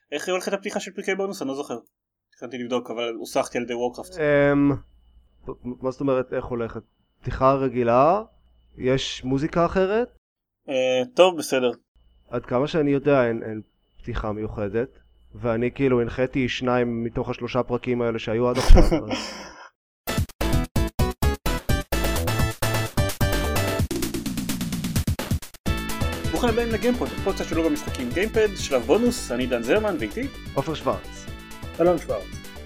איך הולכת הפתיחה של פרקי בונוס? אני לא זוכר. התחלתי לבדוק, אבל הוסחתי על ידי וורקראפט. מה זאת אומרת איך הולכת? פתיחה רגילה? יש מוזיקה אחרת? טוב, בסדר. עד כמה שאני יודע אין פתיחה מיוחדת, ואני כאילו הנחיתי 2 מתוך 3 פרקים האלה שהיו עד עכשיו. ברוכים הבאים לגיימפוד, הפודקאסט שלו במשחקים גיימפד, שלב בונוס, אני דן זרמן ואיתי עופר שוורץ. אלון שוורץ.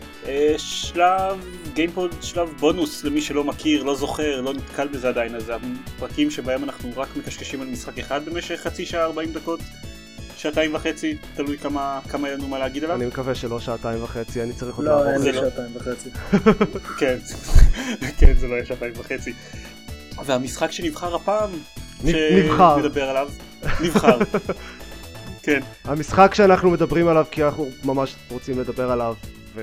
שלב גיימפוד, שלב בונוס למי שלא מכיר, לא זוכר, לא נתקל בזה עדיין, אז הפרקים שבהם אנחנו רק מקשקשים על משחק אחד במשך חצי שעה, 40 דקות, 2.5 שעות, תלוי כמה יהיה לנו מה להגיד עליו. אני מקווה שלא 2.5 שעות, אני צריך עוד לעבור. לא, אין לי 2.5 שעות. כן, זה לא יהיה 2.5 שעות. והמשחק שנבחר הפעם, שנדבר עליו, נבחר. כן. המשחק שאנחנו מדברים עליו כי אנחנו ממש רוצים לדבר עליו,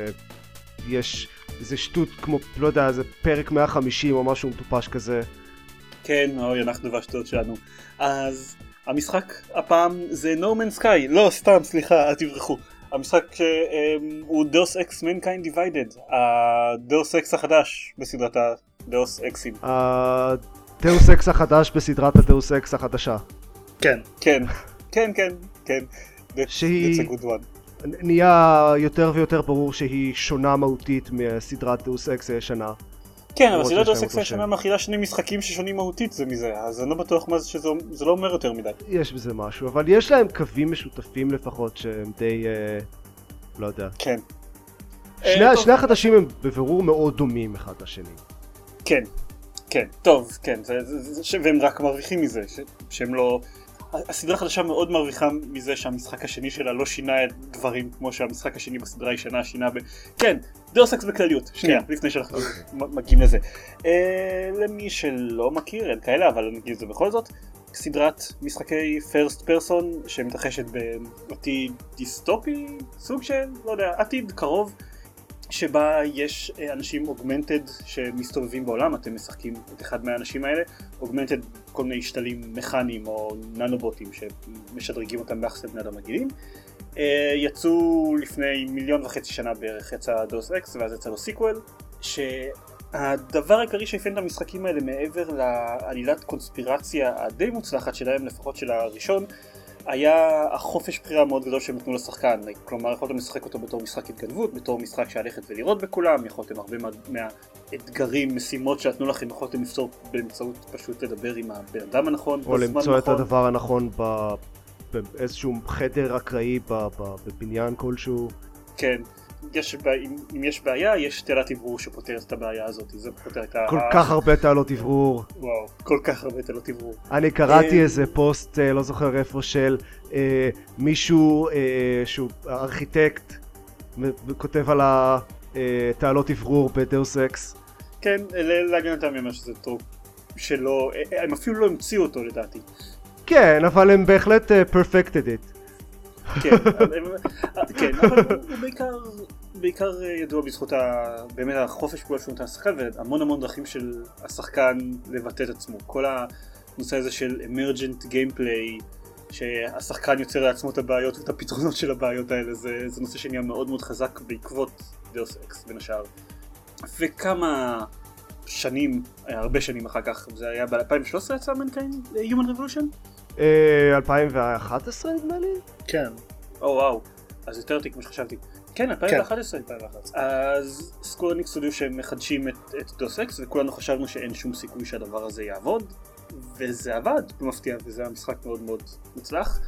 ויש איזה שטות כמו, לא יודע, איזה פרק 150 או משהו מטופש כזה. כן, אוי, אנחנו והשטות שלנו. אז המשחק הפעם זה No Man's Sky. לא, סתם, סליחה, אל תברחו. המשחק הוא Deus Ex Mankind Divided, ה-Deus Ex החדש בסדרת ה-Deus Ex'ים. ה-Deus Ex החדש בסדרת ה-Deus Ex החדשה. כן, כן, כן, כן, כן. That's a good one. נהיה יותר ויותר ברור שהיא שונה מהותית מסדרת דאוס אקס הישנה. כן, אבל סדרת דאוס אקס הישנה מכילה שני משחקים ששונים מהותית זה מזה, אז אני לא בטוח מה זה שזה לא אומר יותר מדי. יש בזה משהו, אבל יש להם קווים משותפים לפחות שהם די, לא יודע. כן. שני החדשים הם בבירור מאוד דומים אחד לשני. כן, כן, טוב, כן, והם רק מרוויחים מזה, שהם לא... הסדרה החדשה מאוד מרוויחה מזה שהמשחק השני שלה לא שינה דברים כמו שהמשחק השני בסדרה הישנה שינה כן, דאוס אקס בכלליות, שנייה, לפני שאנחנו מגיעים לזה. למי שלא מכיר, אין כאלה, אבל אני אגיד את זה בכל זאת, סדרת משחקי first person שמתרחשת בעתיד דיסטופי, סוג של, לא יודע, עתיד קרוב, שבה יש אנשים אוגמנטד שמסתובבים בעולם, אתם משחקים את אחד מהאנשים האלה, אוגמנטד כל מיני שתלים מכניים או ננובוטים שמשדרגים אותם ביחס לבני אדם רגילים. יצאו לפני 1.5 מיליון שנה בערך, יצא דאוס אקס ואז יצא לו סיקוול, שהדבר העיקרי שהפיין את המשחקים האלה מעבר לעלילת קונספירציה הדי מוצלחת שלהם, לפחות של הראשון, היה החופש בחירה מאוד גדול שהם נתנו לשחקן, כלומר יכולתם לשחק אותו בתור משחק התגנבות, בתור משחק שהלכת ולראות בכולם, יכולתם הרבה מהאתגרים, משימות שנתנו לכם, יכולתם לפתור באמצעות פשוט לדבר עם הבן אדם הנכון, או למצוא את הדבר הנכון באיזשהו חדר אקראי בבניין כלשהו. כן, אם יש בעיה, יש תעלת עברור שפותרת את הבעיה הזאת, זה פותר את כל כך הרבה תעלות עברור. וואו, כל כך הרבה תעלות עברור. אני קראתי איזה פוסט, לא זוכר איפה, של מישהו שהוא ארכיטקט, וכותב על התעלות עברור בדאוס אקס. כן, להגנתם יאמר שזה טוב, שלא, הם אפילו לא המציאו אותו לדעתי. כן, אבל הם בהחלט perfected it. כן, אבל הוא בעיקר ידוע בזכות באמת החופש פעולה שהוא נותן לשחקן והמון דרכים של השחקן לבטא את עצמו. כל הנושא הזה של emergent gameplay שהשחקן יוצר לעצמו את הבעיות ואת הפתרונות של הבעיות האלה, זה נושא שנהיה מאוד מאוד חזק בעקבות דאוס אקס בין השאר. וכמה שנים, הרבה שנים אחר כך, זה היה ב-2013 יצא Mankind Human Revolution? 2011 נדמה לי? כן. וואו, אז יותר אותי כמו שחשבתי. כן, 2011. אז סקוור אניקס הודיעו שהם מחדשים את דאוס אקס, וכולנו חשבנו שאין שום סיכוי שהדבר הזה יעבוד, וזה עבד, במפתיע, וזה היה משחק מאוד מאוד מוצלח,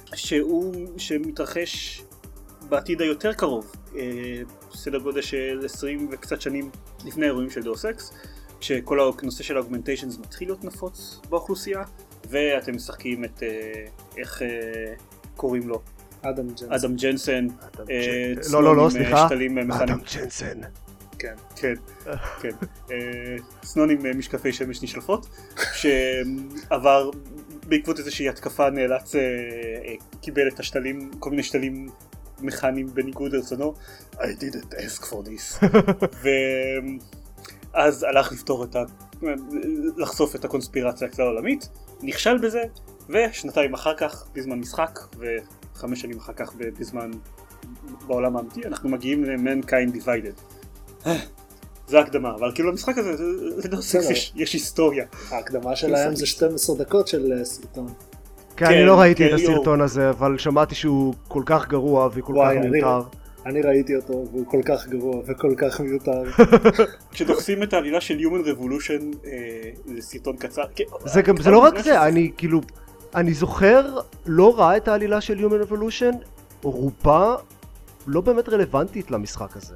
שמתרחש בעתיד היותר קרוב, סדר גודל של 20 וקצת שנים לפני האירועים של דאוס אקס, כשכל הנושא של האוגמנטיישנס מתחיל להיות נפוץ באוכלוסייה, ואתם משחקים את, איך קוראים לו? אדם ג'נסן. לא, סליחה. אדם ג'נסן. כן, כן, כן. סנון עם משקפי שמש נשלפות, שעבר בעקבות איזושהי התקפה נאלץ, קיבל את השתלים, כל מיני שתלים מכניים בניגוד לרצונו. I didn't ask for this. ואז הלך לפתור לחשוף את הקונספירציה הכלל העולמית, נכשל בזה, ושנתיים אחר כך בזמן משחק, ו5 שנים אחר כך בזמן בעולם האמיתי, אנחנו מגיעים ל-Mankind Divided. זה ההקדמה, אבל כאילו למשחק הזה, לדוס אקס יש היסטוריה. ההקדמה שלהם זה 12 דקות של סרטון. כן, אני לא ראיתי את הסרטון הזה, אבל שמעתי שהוא כל כך גרוע וכל כך מיותר. אני ראיתי אותו, והוא כל כך גרוע וכל כך מיותר. כשדוחסים את העלילה של Human Revolution לסרטון קצר... זה לא רק זה, אני זוכר לא ראה את העלילה של Human Revolution, רובה לא באמת רלוונטית למשחק הזה.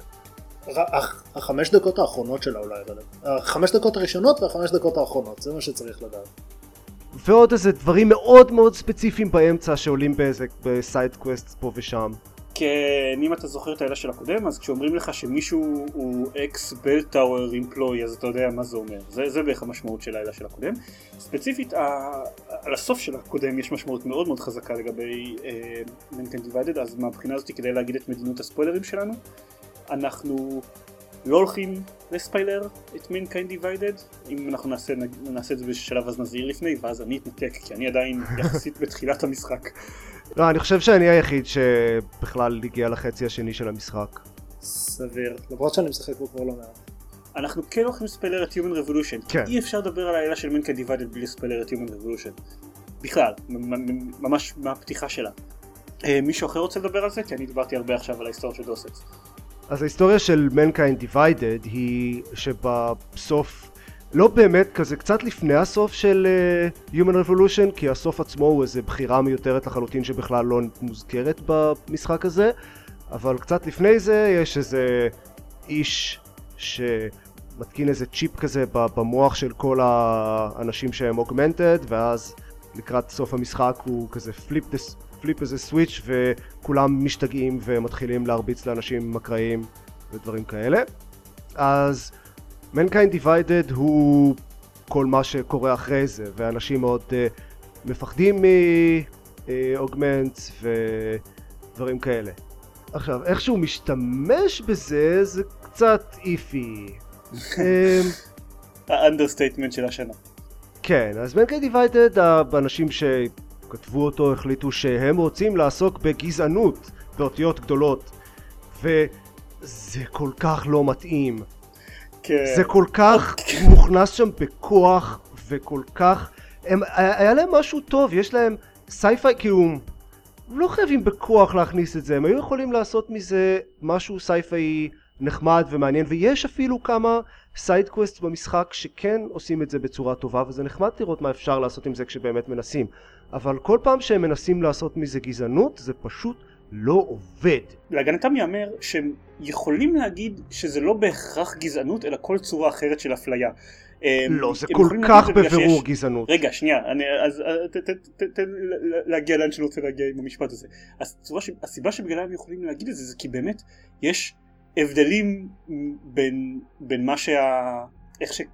5 דקות האחרונות שלה אולי, 5 דקות הראשונות ו5 דקות האחרונות, זה מה שצריך לדעת. ועוד איזה דברים מאוד מאוד ספציפיים באמצע שעולים באיזה בסייד קווסט פה ושם. כן, אם אתה זוכר את העילה של הקודם, אז כשאומרים לך שמישהו הוא אקס בל טאוור אימפלוי, אז אתה יודע מה זה אומר. זה בערך המשמעות של העילה של הקודם. ספציפית, על הסוף של הקודם יש משמעות מאוד מאוד חזקה לגבי Mankind Divided, אז מהבחינה הזאת כדי להגיד את מדיניות הספוילרים שלנו, אנחנו לא הולכים לספיילר את Mankind Divided. אם אנחנו נעשה את זה בשלב אז נזהיר לפני, ואז אני אתנתק, כי אני עדיין יחסית בתחילת המשחק. לא, אני חושב שאני היחיד שבכלל הגיע לחצי השני של המשחק. סביר. למרות שאני משחק בו כבר לא מעט. אנחנו כן הולכים לספיילר את Human Revolution. כן. אי אפשר לדבר על העילה של Mankind Divided בלי לספיילר את Human Revolution. בכלל, ממש מהפתיחה שלה. מישהו אחר רוצה לדבר על זה? כי אני דיברתי הרבה עכשיו על ההיסטוריה של דוס אקס. אז ההיסטוריה של Mankind Divided היא שבסוף, לא באמת, כזה קצת לפני הסוף של Human Revolution, כי הסוף עצמו הוא איזה בחירה מיותרת לחלוטין שבכלל לא מוזכרת במשחק הזה, אבל קצת לפני זה יש איזה איש שמתקין איזה צ'יפ כזה במוח של כל האנשים שהם אוגמנטד, ואז לקראת סוף המשחק הוא כזה פליפ איזה סוויץ' וכולם משתגעים ומתחילים להרביץ לאנשים מקראיים ודברים כאלה. אז Mankind Divided הוא כל מה שקורה אחרי זה, ואנשים מאוד מפחדים מאוגמנטס ודברים כאלה. עכשיו, איך שהוא משתמש בזה זה קצת איפי. האנדרסטייטמנט של השנה. כן, אז Mankind Divided, האנשים שכתבו אותו החליטו שהם רוצים לעסוק בגזענות באותיות גדולות, וזה כל כך לא מתאים. זה כל כך מוכנס שם בכוח, וכל כך... היה להם משהו טוב, יש להם סייפיי, כאילו... לא חייבים בכוח להכניס את זה, הם היו יכולים לעשות מזה משהו סייפיי נחמד ומעניין, ויש אפילו כמה סייד קווסט במשחק שכן עושים את זה בצורה טובה, וזה נחמד לראות מה אפשר לעשות עם זה כשבאמת מנסים. אבל כל פעם שהם מנסים לעשות מזה גזענות, זה פשוט לא עובד. להגנתם יאמר שהם יכולים להגיד שזה לא בהכרח גזענות, אלא כל צורה אחרת של אפליה. לא, זה כל כך בבירור גזענות. רגע, שנייה, אז תן להגיע לאן שאני רוצה להגיע עם המשפט הזה. הסיבה שבגלל הם יכולים להגיד את זה, זה כי באמת יש הבדלים בין מה איך ש...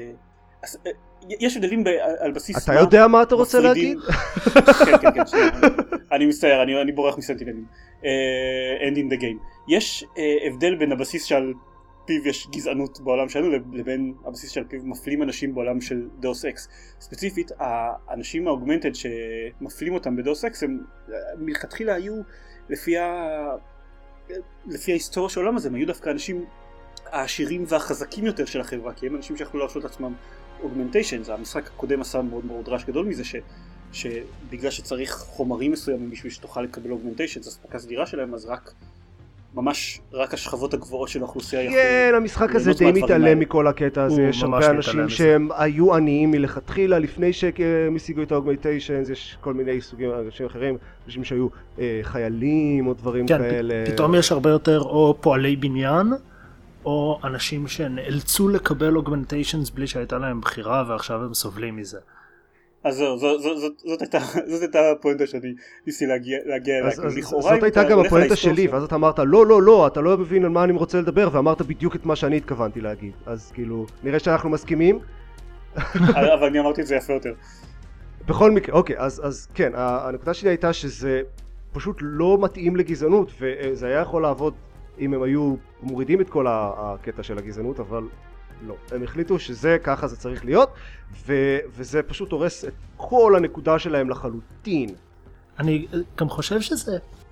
יש הבדלים על בסיס... אתה יודע מה אתה רוצה להגיד? כן, שנייה. אני מצטער, אני בורח מסנטינלים. End in the game. יש הבדל בין הבסיס שעל פיו יש גזענות בעולם שלנו לבין הבסיס שעל פיו מפלים אנשים בעולם של דאוס אקס. ספציפית, האנשים האוגמנטד שמפלים אותם בדאוס אקס הם מלכתחילה היו לפי ההיסטוריה של העולם הזה, הם היו דווקא אנשים העשירים והחזקים יותר של החברה, כי הם אנשים שיכולו להרשות לעצמם אוגמנטיישן. המשחק הקודם עשה מאוד מאוד רעש גדול מזה שבגלל שצריך חומרים מסוימים בשביל שתוכל לקבל אוגמנטיישן, אז הספקה סדירה שלהם, אז רק השכבות הגבוהות של האוכלוסייה יכולים. כן, המשחק הזה די מתעלם מכל הקטע הזה. יש הרבה אנשים שהם היו עניים מלכתחילה לפני שהם השיגו את האוגמנטיישן, יש כל מיני סוגים אנשים אחרים, אנשים שהיו חיילים או דברים כאלה. כן, פתאום יש הרבה יותר או פועלי בניין, או אנשים שנאלצו לקבל אוגמנטיישנס בלי שהייתה להם בחירה ועכשיו הם סובלים מזה. אז זאת הייתה הפואנטה שאני ניסי להגיע אליה. זאת הייתה גם הפואנטה שלי, ואז אתה אמרת לא, אתה לא מבין על מה אני רוצה לדבר, ואמרת בדיוק את מה שאני התכוונתי להגיד. אז כאילו, נראה שאנחנו מסכימים. אבל אני אמרתי את זה יפה יותר. בכל מקרה, אוקיי, אז כן, הנקודה שלי הייתה שזה פשוט לא מתאים לגזענות, וזה היה יכול לעבוד אם הם היו מורידים את כל הקטע של הגזענות, אבל לא. הם החליטו שזה ככה זה צריך להיות, וזה פשוט הורס את כל הנקודה שלהם לחלוטין. אני גם חושב שזה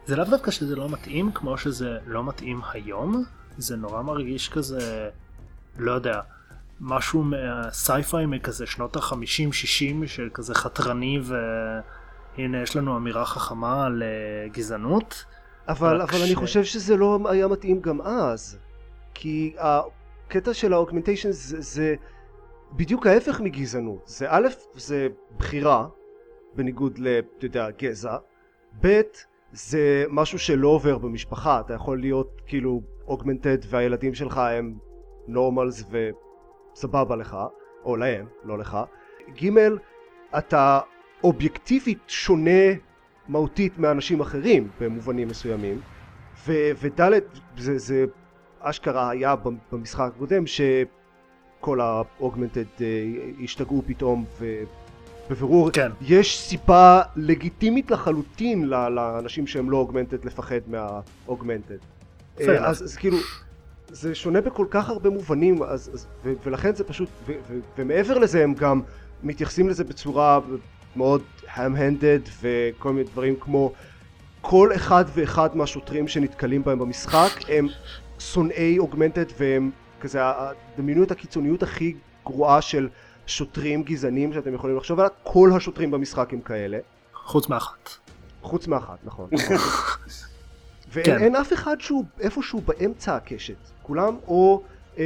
זה לאו דווקא שזה לא מתאים, כמו שזה לא מתאים היום, זה נורא מרגיש כזה, לא יודע, משהו מהסייפיי מכזה שנות ה-50-60 של כזה חתרני, והנה יש לנו אמירה חכמה על גזענות. אבל אני חושב שזה לא היה מתאים גם אז, כי הקטע של האוגמנטיישן זה בדיוק ההפך מגזענות. זה א', זה בחירה, בניגוד לגזע, ב', זה משהו שלא עובר במשפחה. אתה יכול להיות כאילו אוגמנטד והילדים שלך הם נורמלס וסבבה לך, או להם, לא לך. ג', אתה אובייקטיבית שונה מהותית מאנשים אחרים במובנים מסוימים, וד', זה אשכרה היה במשחק הקודם שכל האוגמנטד השתגעו פתאום, ובבירור כן. יש סיבה לגיטימית לחלוטין לאנשים שהם לא אוגמנטד לפחד מהאוגמנטד. אז כאילו זה שונה בכל כך הרבה מובנים, ולכן זה פשוט, ומעבר לזה הם גם מתייחסים לזה בצורה מאוד ham-handed, וכל מיני דברים כמו כל אחד ואחד מהשוטרים שנתקלים בהם במשחק הם שונאי אוגמנטד, והם כזה, דמיינו את הקיצוניות הכי גרועה של שוטרים גזענים שאתם יכולים לחשוב עליה. כל השוטרים במשחק הם כאלה. חוץ מאחת, נכון. ואין אף אחד שהוא איפשהו באמצע הקשת. כולם או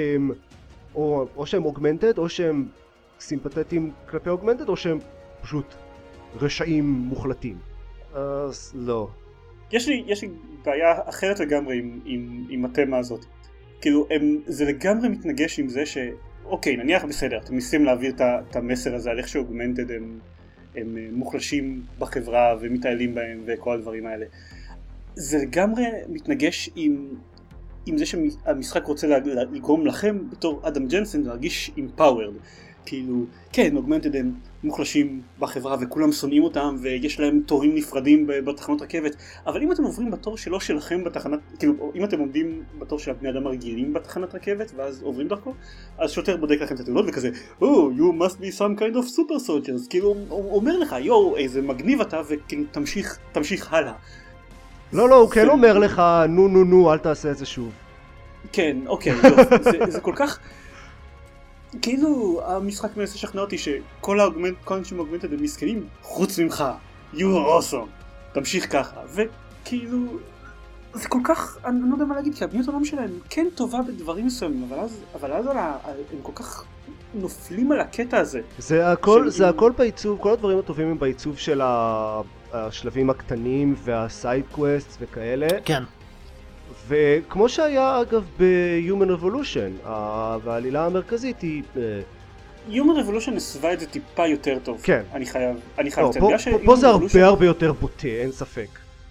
שהם אוגמנטד, או שהם סימפתטיים כלפי אוגמנטד, או שהם פשוט רשעים מוחלטים. אז לא. יש לי בעיה אחרת לגמרי עם התמה הזאת. כאילו, זה לגמרי מתנגש עם זה אוקיי, נניח בסדר, אתם ניסים להעביר את המסר הזה על איך שאוגמנטד הם מוחלשים בחברה ומתעלים בהם וכל הדברים האלה. זה לגמרי מתנגש עם זה שהמשחק רוצה לגרום לכם בתור אדם ג'נסן להרגיש empowered. כאילו, כן, אוגמנטד הם מוחלשים בחברה וכולם שונאים אותם ויש להם תורים נפרדים בתחנות רכבת, אבל אם אתם עוברים בתור שלא שלכם בתחנת, כאילו, אם אתם עומדים בתור של הבני אדם הרגילים בתחנת רכבת ואז עוברים דרכו, אז שוטר בודק לכם את התעודות וכזה, oh, you must be some kind of super soldiers, כאילו, הוא אומר לך, יו, איזה מגניב אתה, וכאילו, תמשיך הלאה. לא, הוא כן אומר לך, נו, אל תעשה את זה שוב. כן, אוקיי, זה כל כך... כאילו המשחק מנסה לשכנע אותי שכל האנשים האוגמנטד הם מסכנים חוץ ממך, you are awesome, תמשיך ככה, וכאילו זה כל כך, אני לא יודע מה להגיד, כי הבניית העולם שלהם כן טובה בדברים מסוימים, אבל אז הם כל כך נופלים על הקטע הזה. זה הכל בעיצוב, כל הדברים הטובים הם בעיצוב של השלבים הקטנים והסייד קווסט וכאלה. כן. וכמו שהיה אגב ב-Human Revolution, והעלילה המרכזית היא... Human Revolution נסווה את זה טיפה יותר טוב. כן. אני חייב לציין. פה זה הרבה יותר בוטה, אין ספק.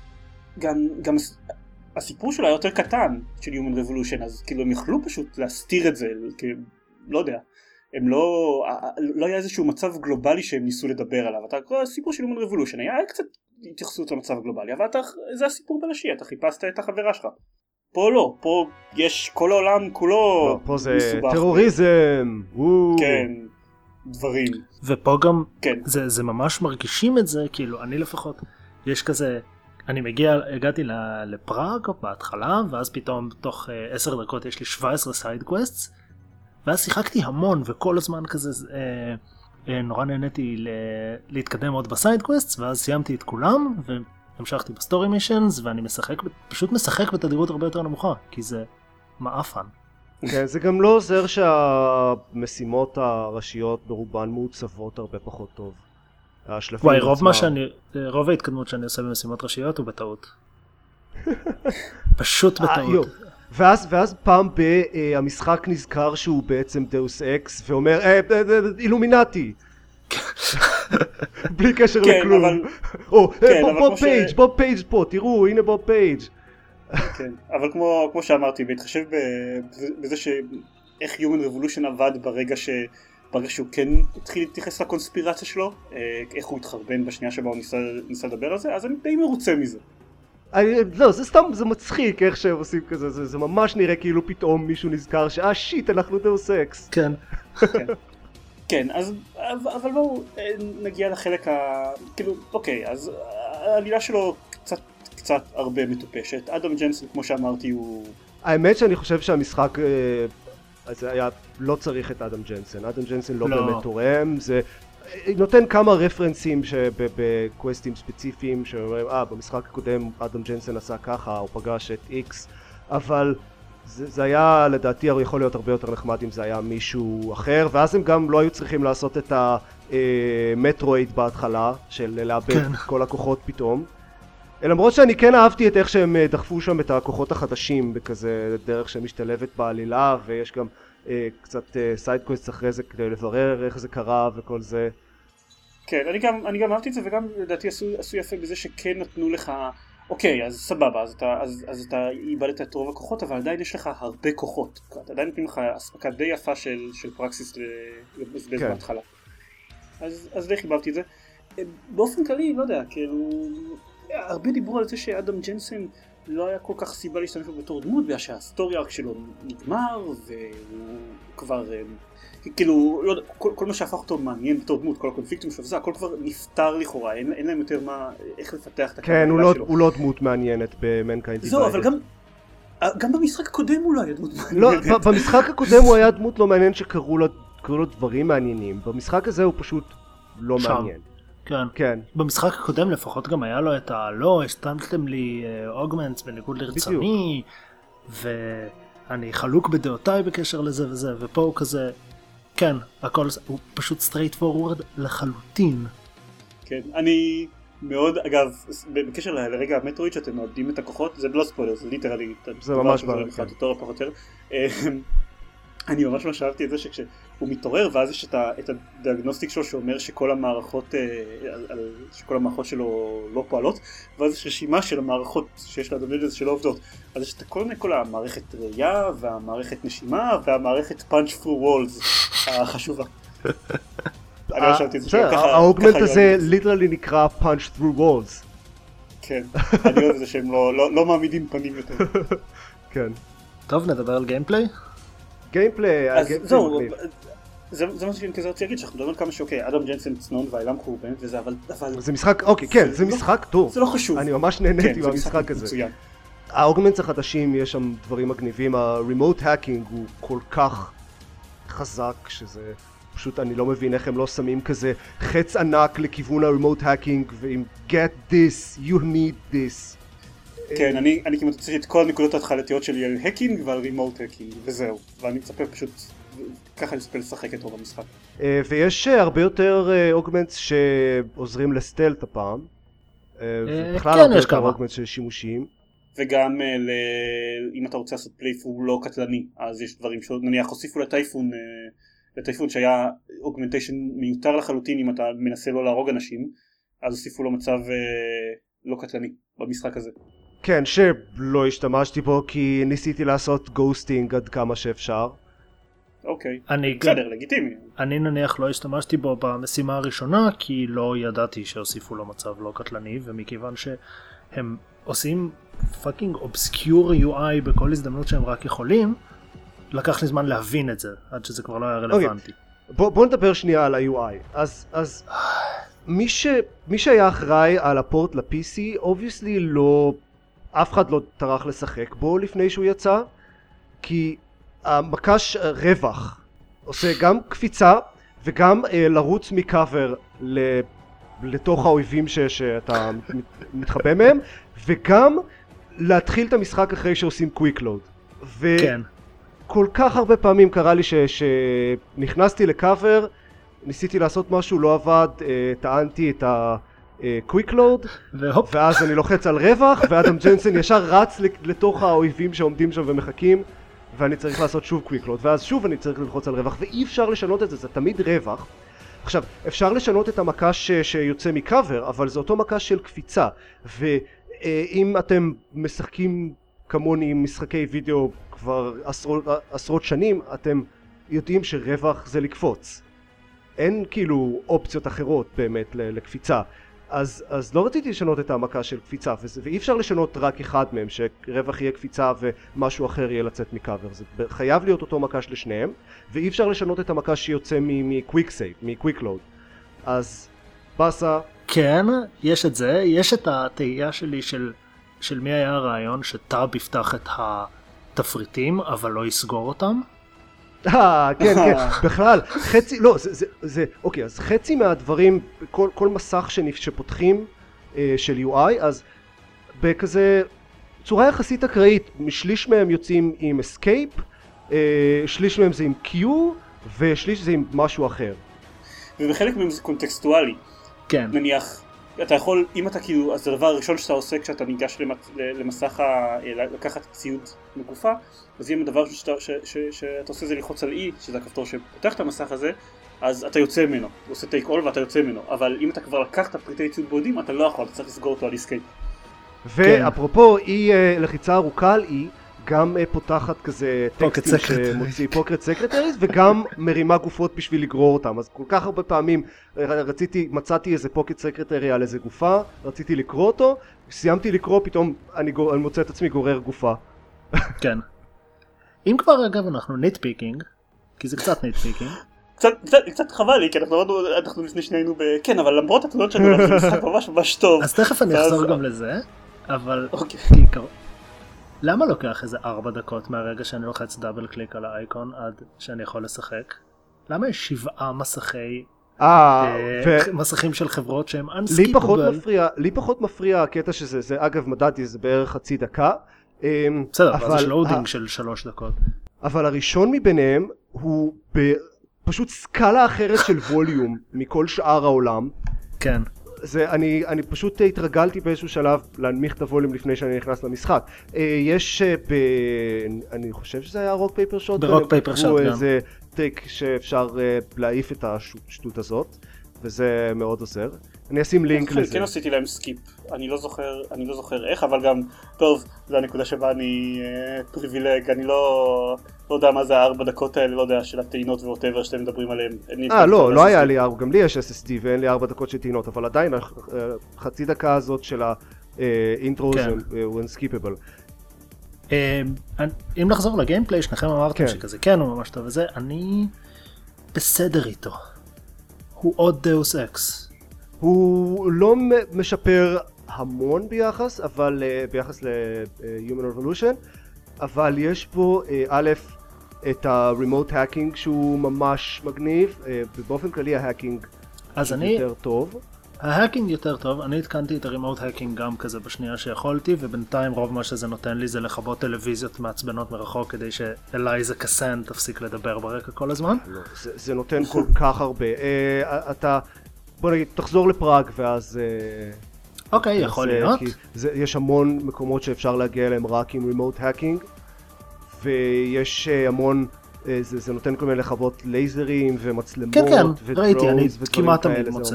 גם הסיפור שלו היה יותר קטן של Human Revolution, אז כאילו הם יכלו פשוט להסתיר את זה, לא יודע. הם לא היה איזשהו מצב גלובלי שהם ניסו לדבר עליו. הסיפור של Human Revolution היה קצת התייחסות למצב הגלובלי, אבל זה הסיפור בלשי, אתה חיפשת את החברה שלך. פה לא, פה יש כל העולם כולו פה זה טרוריזם. כן, דברים. ופה גם, כן. זה ממש מרגישים את זה, כאילו אני לפחות, יש כזה, הגעתי לפראג בהתחלה, ואז פתאום תוך 10 דקות יש לי 17 סייד קווסטס, ואז שיחקתי המון, וכל הזמן כזה נורא נהניתי להתקדם עוד בסייד קווסטס, ואז סיימתי את כולם, והמשכתי בסטורי מישנס, ואני פשוט משחק בתדירות הרבה יותר נמוכה, כי זה מאפן. כן, זה גם לא עוזר שהמשימות הראשיות ברובן מעוצבות הרבה פחות טוב. וואי, רוב ההתקדמות שאני עושה במשימות ראשיות הוא בטעות. פשוט בטעות. ואז פעם המשחק נזכר שהוא בעצם דאוס אקס ואומר אילומינטי בלי קשר לכלום. בוב פייג' פה, תראו, הנה בוב פייג'. כן, אבל כמו שאמרתי, בהתחשב בזה שאיך Human Revolution עבד ברגע שהוא כן התחיל להתייחס לקונספירציה שלו, איך הוא התחרבן בשנייה שבה הוא ניסה לדבר על זה, אז אני די מרוצה מזה. לא, זה סתם, זה מצחיק איך שהם עושים כזה, זה ממש נראה כאילו פתאום מישהו נזכר שיט, אנחנו דאוס אקס. כן. כן, אבל בואו נגיע לחלק כאילו, אוקיי, אז העלילה שלו קצת הרבה מטופשת. אדם ג'נסון כמו שאמרתי הוא... האמת שאני חושב שהמשחק אז היה לא צריך את אדם ג'נסון. אדם ג'נסון לא באמת תורם, זה נותן כמה רפרנסים בקווסטים ספציפיים שאומרים במשחק הקודם אדם ג'נסון עשה ככה או פגש את איקס, אבל זה היה לדעתי יכול להיות הרבה יותר נחמד אם זה היה מישהו אחר, ואז הם גם לא היו צריכים לעשות את המטרואיד בהתחלה של לאבד את כל הכוחות פתאום. למרות שאני כן אהבתי את איך שהם דחפו שם את הכוחות החדשים בכזה דרך שמשתלבת בעלילה, ויש גם קצת סיידקווסט אחרי זה כדי לברר איך זה קרה וכל זה. כן, אני גם אהבתי את זה, וגם לדעתי עשו יפה בזה שכן נתנו לך, אוקיי, אז סבבה, אז אתה איבדת את רוב הכוחות, אבל עדיין יש לך הרבה כוחות. עדיין נותנים לך אספקה די יפה של פרקסיס לבזבז בהתחלה. אז די חיבבתי את זה. באופן כללי, לא יודע, כאילו... הרבה דיברו על זה שאדם ג'נסון לא היה כל כך סיבה להשתמש בו בתור דמות, בגלל שהסטורי ארק שלו נגמר, והוא כבר, כאילו, לא, כל מה שהפך אותו מעניין בתור דמות, כל הקונפליקטים שלו, הכל כבר נפטר לכאורה, אין להם יותר איך לפתח את הקריירה שלו. כן, הוא לא דמות מעניינת במנקיינד דיוויידד. זהו, אבל גם במשחק הקודם הוא לא היה דמות מעניינת. לא, במשחק הקודם הוא היה דמות לא מעניין שקראו לו דברים מעניינים, במשחק הזה הוא פשוט לא מעניין. כן. במשחק הקודם לפחות גם היה לו את לא, השתמתם לי אוגמנטס בניגוד לרצוני, ואני חלוק בדעותיי בקשר לזה וזה, ופה הוא כזה, כן, הכל, הוא פשוט סטרייט פורוורד לחלוטין. כן, אני מאוד, אגב, בקשר לרגע המטרואיד שאתם מאבדים את הכוחות, זה לא ספוילר, זה ליטרלי, זה ממש בעיה. אני ממש אהבתי את זה שכשהוא מתעורר ואז יש את הדיאגנוסטיק שלו שאומר שכל המערכות שלו לא פועלות, ואז יש רשימה של המערכות שיש לאדם ג'נסון שלא עובדות. אז יש את כל המערכת ראייה והמערכת נשימה והמערכת punch through walls החשובה. אני חשבתי את זה שככה... האוגמנט הזה ליטרלי נקרא punch through walls. כן, אני אוהב את זה שהם לא מעמידים פנים יותר. כן. טוב, נדבר על גיימפליי? גיימפליי, זהו, זה מה שאני כזה רציתי להגיד, שאנחנו מדברים על כמה שאוקיי, אדם ג'נסון צנון והעולם קורבן וזה, אבל... זה משחק, אוקיי, כן, זה משחק טוב. זה לא חשוב. אני ממש נהניתי במשחק הזה. האוגמנטס החדשים, יש שם דברים מגניבים, ה-remote hacking הוא כל כך חזק, שזה פשוט אני לא מבין איך הם לא שמים כזה חץ ענק לכיוון ה-remote hacking, ועם get this, you need this. כן, אני כמעט צריך את כל הנקודות ההתחלתיות שלי על הקינג ועל רימוט הקינג, וזהו. ואני מצפה פשוט, ככה אני מצפה לשחק את רוב המשחק. ויש הרבה יותר אוגמנטס שעוזרים לסטלט הפעם. בכלל הרבה יותר אוגמנטס שימושיים. וגם אם אתה רוצה לעשות פלייפור לא קטלני, אז יש דברים שנניח הוסיפו לטייפון שהיה אוגמנטיישן מיותר לחלוטין אם אתה מנסה לא להרוג אנשים, אז הוסיפו לו מצב לא קטלני במשחק הזה. כן, שלא השתמשתי בו כי ניסיתי לעשות גוסטינג עד כמה שאפשר. אוקיי, בסדר, לגיטימי. אני נניח לא השתמשתי בו במשימה הראשונה כי לא ידעתי שהוסיפו לו מצב לא קטלני, ומכיוון שהם עושים פאקינג אובסקיור UI בכל הזדמנות שהם רק יכולים, לקח לי זמן להבין את זה עד שזה כבר לא היה רלוונטי. בוא נדבר שנייה על ה-UI. אז מי שהיה אחראי על הפורט ל-PC, obviously לא, אף אחד לא טרח לשחק בו לפני שהוא יצא, כי המקש רווח עושה גם קפיצה וגם לרוץ מקאבר לתוך האויבים שאתה מתחבא מהם, וגם להתחיל את המשחק אחרי שעושים קוויק לוד. כן. כל כך הרבה פעמים קרה לי שנכנסתי לקאבר, ניסיתי לעשות משהו, לא עבד, טענתי את ה-quick load, ואז אני לוחץ על רווח, ואדם ג'נסון ישר רץ לתוך האויבים שעומדים שם ומחכים, ואני צריך לעשות שוב quick load, ואז שוב אני צריך ללחוץ על רווח, ואי אפשר לשנות את זה, זה תמיד רווח. עכשיו, אפשר לשנות את המקש שיוצא מקאבר, אבל זה אותו מקש של קפיצה, ואם אתם משחקים כמוני עם משחקי וידאו כבר עשרות שנים, אתם יודעים שרווח זה לקפוץ. אין כאילו אופציות אחרות באמת לקפיצה. אז לא רציתי לשנות את העמקה של קפיצה, ואי אפשר לשנות רק אחד מהם, שרווח יהיה קפיצה ומשהו אחר יהיה לצאת מקאבר. זה חייב להיות אותו מקש לשניהם, ואי אפשר לשנות את המקש שיוצא מקוויק סייב, מקוויק לוד. אז בסה. כן, יש את זה, יש את התהייה שלי של של מי היה הרעיון שטאב יפתח את התפריטים אבל לא יסגור אותם? כן, כן, בכלל, חצי, לא, אוקיי, אז חצי מהדברים, כל מסך שפותחים של UI, אז בכזה צורה יחסית אקראית, שליש מהם יוצאים עם Escape, שליש מהם זה עם Q, ושליש זה עם משהו אחר. ובחלק מהם זה קונטקסטואלי. כן. נניח, אתה יכול, אם אתה כאילו, אז הדבר הראשון שאתה עושה כשאתה ניגש למסך, לקחת ציוד מגופה, אז אם הדבר שאתה עושה זה ללחוץ על E, שזה הכפתור שפותח את המסך הזה, אז אתה יוצא ממנו, הוא עושה take all ואתה יוצא ממנו, אבל אם אתה כבר לקחת פריטי ציוד בודים, אתה לא יכול, אתה צריך לסגור אותו על escape. ואפרופו, היא לחיצה ארוכה על E, גם פותחת כזה טקסטים שמוציא פוקט סקרטריז, וגם מרימה גופות בשביל לגרור אותם. אז כל כך הרבה פעמים מצאתי איזה פוקט סקרטרי על איזה גופה, רציתי לקרוא אותו, סיימתי לקרוא, פתאום אני מוצא את עצמי גורר גופה. כן. אם כבר אגב אנחנו ניטפיקינג, כי זה קצת ניטפיקינג. קצת חבל לי, כי אנחנו לפני שנינו כן, אבל למרות התלונות שלנו, זה משחק ממש טוב. אז תכף אני אחזור גם לזה, אבל למה לוקח איזה 4 דקות מהרגע שאני לוחץ דאבל קליק על האייקון עד שאני יכול לשחק? למה יש 7 מסכים של חברות שהם unskippable? לי פחות מפריע הקטע שזה, זה אגב מדעתי, זה בערך חצי דקה. בסדר, אבל זה לואודינג של 3 דקות. אבל הראשון מביניהם הוא פשוט סקאלה אחרת של ווליום מכל שאר העולם. כן. אני פשוט התרגלתי באיזשהו שלב להנמיך את הווליום לפני שאני נכנס למשחק. יש אני חושב שזה היה רוק פייפר שוט. ברוק פייפר שוט, גם. איזה טריק שאפשר להעיף את השטות הזאת, וזה מאוד עוזר. אני אשים לינק לזה. כן עשיתי להם סקיפ, אני לא זוכר איך, אבל גם, טוב, זו הנקודה שבה אני פריבילג, אני לא יודע מה זה 4 דקות האלה, לא יודע, של הטעינות ואוטבר שאתם מדברים עליהם. לא היה לי, גם לי יש SSD ואין לי 4 דקות של טעינות, אבל עדיין חצי דקה הזאת של האינטרו הוא unskippable. אם נחזור לגיימפליי, שניכם אמרתם שכזה כן הוא ממש טוב וזה, אני בסדר איתו. הוא עוד דאוס אקס. הוא לא משפר המון ביחס, אבל ביחס ל-Human Revolution, אבל יש בו א' את ה-Remote Hacking שהוא ממש מגניב, ובאופן כללי ההאקינג יותר טוב. ההאקינג יותר טוב, אני התקנתי את ה-Remote Hacking גם כזה בשנייה שיכולתי, ובינתיים רוב מה שזה נותן לי זה לכבות טלוויזיות מעצבנות מרחוק, כדי שאלייזה קסן תפסיק לדבר ברקע כל הזמן. לא, זה נותן כל כך הרבה. אתה, בוא נגיד, תחזור לפראג ואז... אוקיי, יכול להיות. יש המון מקומות שאפשר להגיע אליהם רק עם Remote Hacking, ויש המון... זה נותן כל מיני לכבות לייזרים ומצלמות ראיתי, אני כמעט תמיד מוצא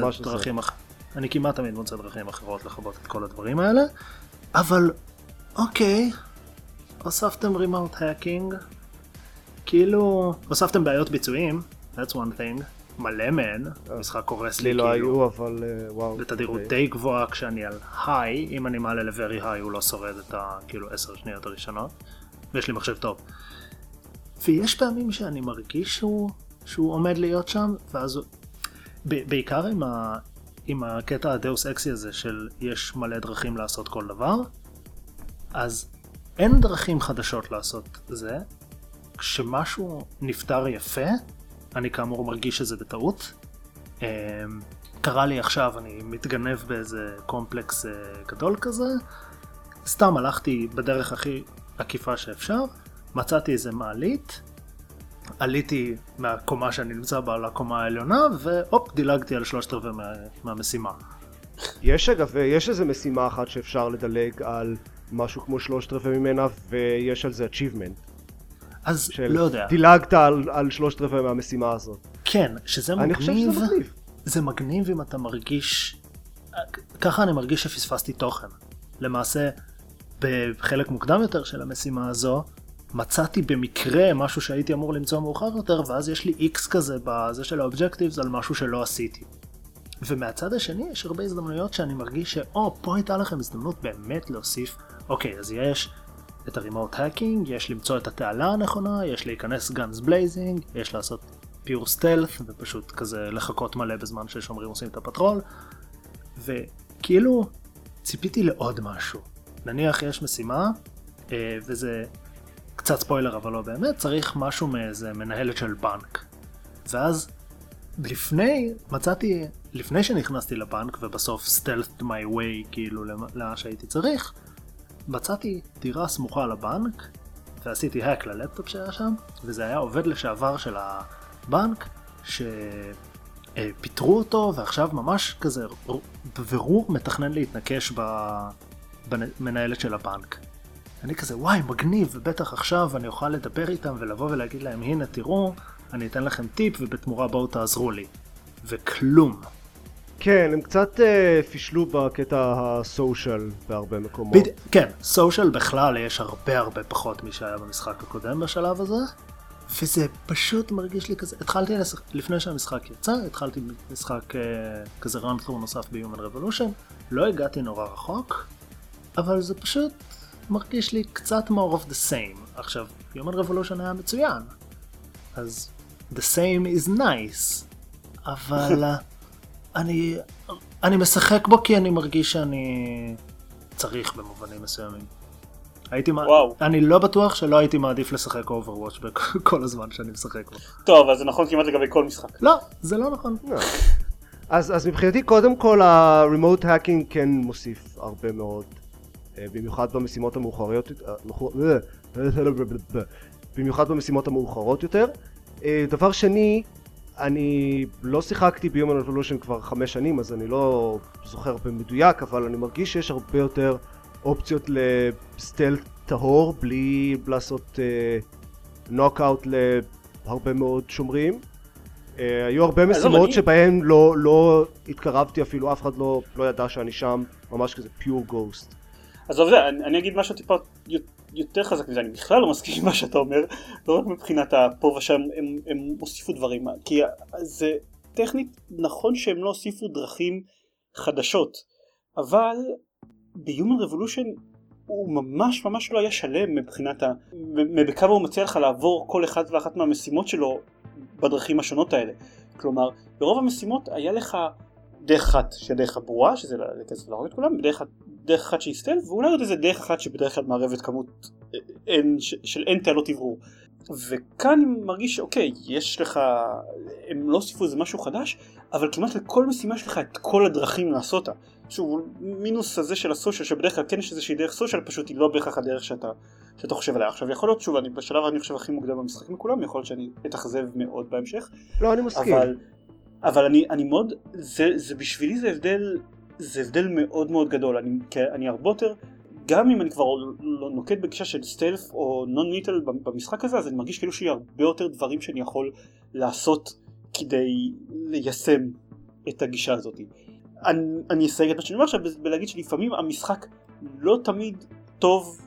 דרכים אחרות לכבות את כל הדברים האלה, אבל אוקיי, הוספתם רימוט האקינג, כאילו הוספתם בעיות ביצועים, that's one thing, מלא מהן, המשחק קורס לי לא היו, אבל וואו, בתדירות די גבוהה כשאני על היי, אם אני מעלה ל-very high הוא לא שורד את כאילו 10 שניות הראשונות, ויש לי מחשב טוב. ויש פעמים שאני מרגיש שהוא עומד להיות שם, ואז בעיקר עם הקטע הדאוס אקסי הזה של יש מלא דרכים לעשות כל דבר, אז אין דרכים חדשות לעשות זה. כשמשהו נפתר יפה, אני כאמור מרגיש שזה בטעות. קרה לי עכשיו, אני מתגנב באיזה קומפלקס גדול כזה, סתם הלכתי בדרך הכי עקיפה שאפשר, מצאתי איזה מעלית, עליתי מהקומה שאני נמצא בה לקומה העליונה, והופ, דילגתי על 3/4 מהמשימה. יש איזה משימה אחת שאפשר לדלג על משהו כמו 3/4 ממנה, ויש על זה achievement. אז לא יודע. דילגת על 3/4 מהמשימה הזאת. כן, שזה מגניב. אני חושב שזה מגניב. זה מגניב אם אתה מרגיש, ככה אני מרגיש שפספסתי תוכן. למעשה, בחלק מוקדם יותר של המשימה הזו, מצאתי במקרה משהו שהייתי אמור למצוא מאוחר יותר, ואז יש לי X כזה בזה של האובג'קטיבס על משהו שלא עשיתי. ומהצד השני יש הרבה הזדמנויות שאני מרגיש פה הייתה לכם הזדמנות באמת להוסיף. אוקיי, אז יש את ה-Remote Hacking, יש למצוא את התעלה הנכונה, יש להיכנס Guns Blazing, יש לעשות Pure Stealth, ופשוט כזה לחכות מלא בזמן ששומרים עושים את הפטרול. וכאילו ציפיתי לעוד משהו. נניח יש משימה, וזה קצת ספוילר אבל לא באמת, צריך משהו מאיזה מנהלת של בנק. ואז לפני שנכנסתי לבנק ובסוף stealthed my way כאילו למה שהייתי צריך, מצאתי דירה סמוכה לבנק ועשיתי hack ללפטופ שהיה שם, וזה היה עובד לשעבר של הבנק שפיטרו אותו ועכשיו ממש כזה בבירור מתכנן להתנקש במנהלת של הבנק. אני כזה וואי מגניב, ובטח עכשיו אני אוכל לדבר איתם ולבוא ולהגיד להם הנה תראו אני אתן לכם טיפ ובתמורה בואו תעזרו לי. וכלום. כן, הם קצת פישלו בקטע הסושיאל בהרבה מקומות. כן, סושיאל בכלל יש הרבה פחות משהיה במשחק הקודם בשלב הזה, וזה פשוט מרגיש לי כזה, לפני שהמשחק יצא, התחלתי משחק כזה run through נוסף ב-Human Revolution, לא הגעתי נורא רחוק, אבל זה פשוט מרגיש לי קצת more of the same. עכשיו, Human Revolution היה מצוין, אז the same is nice, אבל אני משחק בו כי אני מרגיש שאני צריך במובנים מסוימים. אני לא בטוח שלא הייתי מעדיף לשחק Overwatch בכל הזמן שאני משחק בו. טוב, אז זה נכון כמעט לגבי כל משחק. לא, זה לא נכון. אז מבחינתי קודם כל ה-remote hacking כן מוסיף הרבה מאוד, במיוחד במשימות המאוחרות יותר. דבר שני, אני לא שיחקתי ב-Human Revolution כבר 5 שנים, אז אני לא זוכר במדויק, אבל אני מרגיש שיש הרבה יותר אופציות לסטלט טהור, בלי לעשות נוקאוט להרבה מאוד שומרים. היו הרבה משימות שבהן לא התקרבתי אפילו, אף אחד לא ידע שאני שם, ממש כזה pure ghost. אז אני אגיד משהו טיפה יותר חזק מזה, אני בכלל לא מסכים עם מה שאתה אומר, לא רק מבחינת פה ושם הם הוסיפו דברים, כי זה טכנית נכון שהם לא הוסיפו דרכים חדשות, אבל ב-Human Revolution הוא ממש לא היה שלם מבחינת בכמה הוא מציע לך לעבור כל אחד ואחת מהמשימות שלו בדרכים השונות האלה. כלומר, ברוב המשימות היה לך דרך אחת שדרך הברורה, שזה להרוג את כולם, דרך אחת שהיא סטלט, ואולי עוד איזה דרך אחת שבדרך כלל מערבת כמות של אין תעלות עברור. וכאן אני מרגיש שאוקיי, יש לך, הם לא הוסיפו איזה משהו חדש, אבל כמעט לכל משימה יש לך את כל הדרכים לעשותה. שוב, מינוס הזה של הסושיאל, שבדרך כלל כן יש איזושהי דרך סושיאל, פשוט היא לא בהכרח הדרך שאתה חושב עליה. עכשיו יכול להיות, שוב, בשלב אני חושב הכי מוקדם במשחק מכולם, יכול להיות שאני אתאכזב מאוד בהמשך. לא, אני מסכים. אבל אני מאוד, זה בשבילי זה הבדל מאוד מאוד גדול. אני הרבה יותר, גם אם אני כבר לא נוקט בגישה של סטלף או נון ניטל במשחק הזה, אז אני מרגיש כאילו שיהיה הרבה יותר דברים שאני יכול לעשות כדי ליישם את הגישה הזאת. אני אסייג את מה שאני אומר עכשיו בלהגיד שלפעמים המשחק לא תמיד טוב